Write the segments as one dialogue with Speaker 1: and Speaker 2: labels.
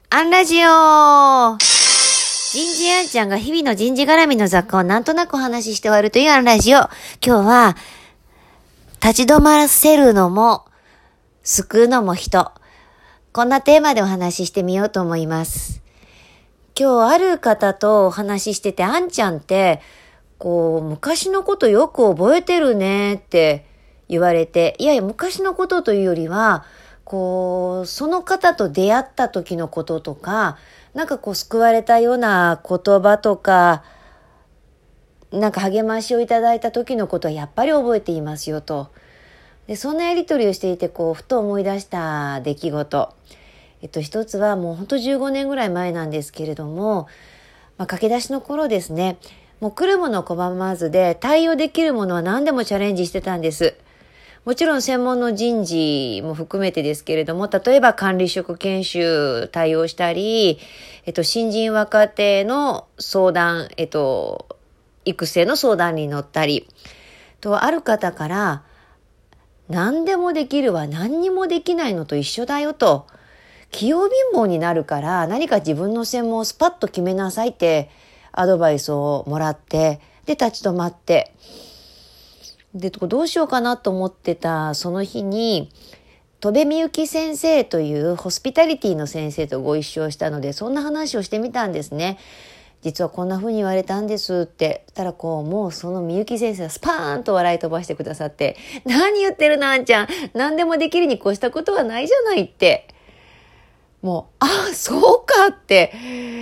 Speaker 1: アンラジオ人事あんちゃんが日々の人事絡みの雑貨をなんとなくお話しして終わるというアンラジオ。今日は、立ち止まらせるのも、救うのも人。こんなテーマでお話ししてみようと思います。今日ある方とお話ししてて、あんちゃんって、昔のことよく覚えてるねって言われて、いやいや、昔のことというよりは、その方と出会った時のこととか、救われたような言葉とか、励ましをいただいた時のことはやっぱり覚えていますよと。で、そんなやりとりをしていて、ふと思い出した出来事。一つはもうほんと15年ぐらい前なんですけれども、駆け出しの頃ですね、もう来るもの拒まずで対応できるものは何でもチャレンジしてたんです。もちろん専門の人事も含めてですけれども、例えば管理職研修対応したり、新人若手の相談、育成の相談に乗ったり、ある方から、何でもできるわ、何にもできないのと一緒だよと、器用貧乏になるから何か自分の専門をスパッと決めなさいってアドバイスをもらって、で、立ち止まって、で、どうしようかなと思ってたその日に、戸部みゆき先生というホスピタリティの先生とご一緒したので、そんな話をしてみたんですね。実はこんな風に言われたんですって。たらもうそのみゆき先生がスパーンと笑い飛ばしてくださって、何言ってるのあんちゃん。何でもできるに越したことはないじゃないって。もう、そうかって、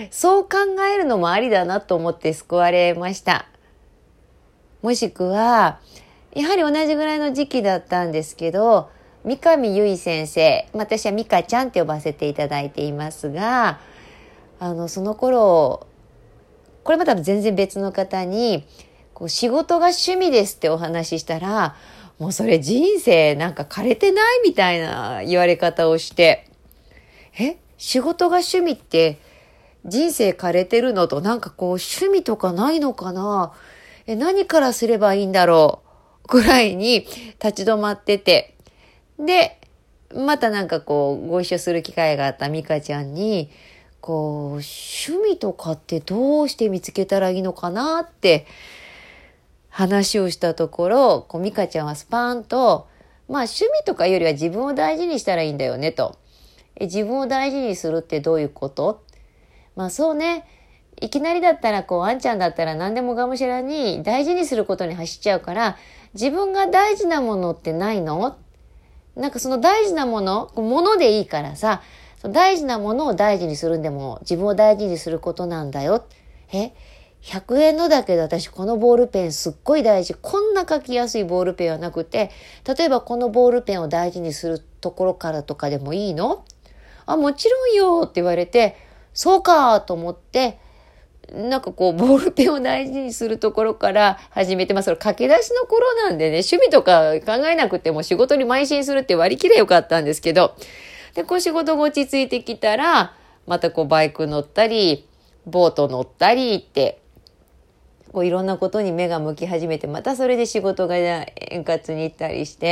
Speaker 1: そう考えるのもありだなと思って救われました。もしくは、やはり同じぐらいの時期だったんですけど、三上由衣先生、私は美香ちゃんって呼ばせていただいていますが、その頃、これまた全然別の方に、仕事が趣味ですってお話ししたら、もうそれ人生枯れてないみたいな言われ方をして、仕事が趣味って人生枯れてるのと趣味とかないのかな？何からすればいいんだろうくらいに立ち止まってて、で、またご一緒する機会があった美香ちゃんに、趣味とかってどうして見つけたらいいのかなって話をしたところ、美香ちゃんはスパーンと、趣味とかよりは自分を大事にしたらいいんだよねと。自分を大事にするってどういうこと？そうね。いきなりだったらあんちゃんだったら何でもがむしゃらに大事にすることに走っちゃうから、自分が大事なものってないの？その大事なものでいいからさ、大事なものを大事にするんでも自分を大事にすることなんだよ。100円のだけど私このボールペンすっごい大事。こんな書きやすいボールペンはなくて、例えばこのボールペンを大事にするところからとかでもいいの？もちろんよって言われて、そうかと思って、ボールペンを大事にするところから始めて、それ駆け出しの頃なんでね、趣味とか考えなくても仕事に邁進するって割り切れよかったんですけど、で、仕事が落ち着いてきたら、またバイク乗ったり、ボート乗ったりって、いろんなことに目が向き始めて、またそれで仕事が円滑に行ったりして、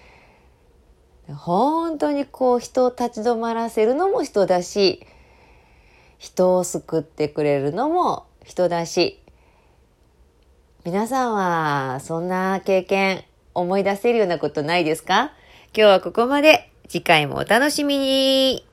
Speaker 1: 本当に人を立ち止まらせるのも人だし、人を救ってくれるのも人だし、皆さんはそんな経験思い出せるようなことないですか？今日はここまで。次回もお楽しみに。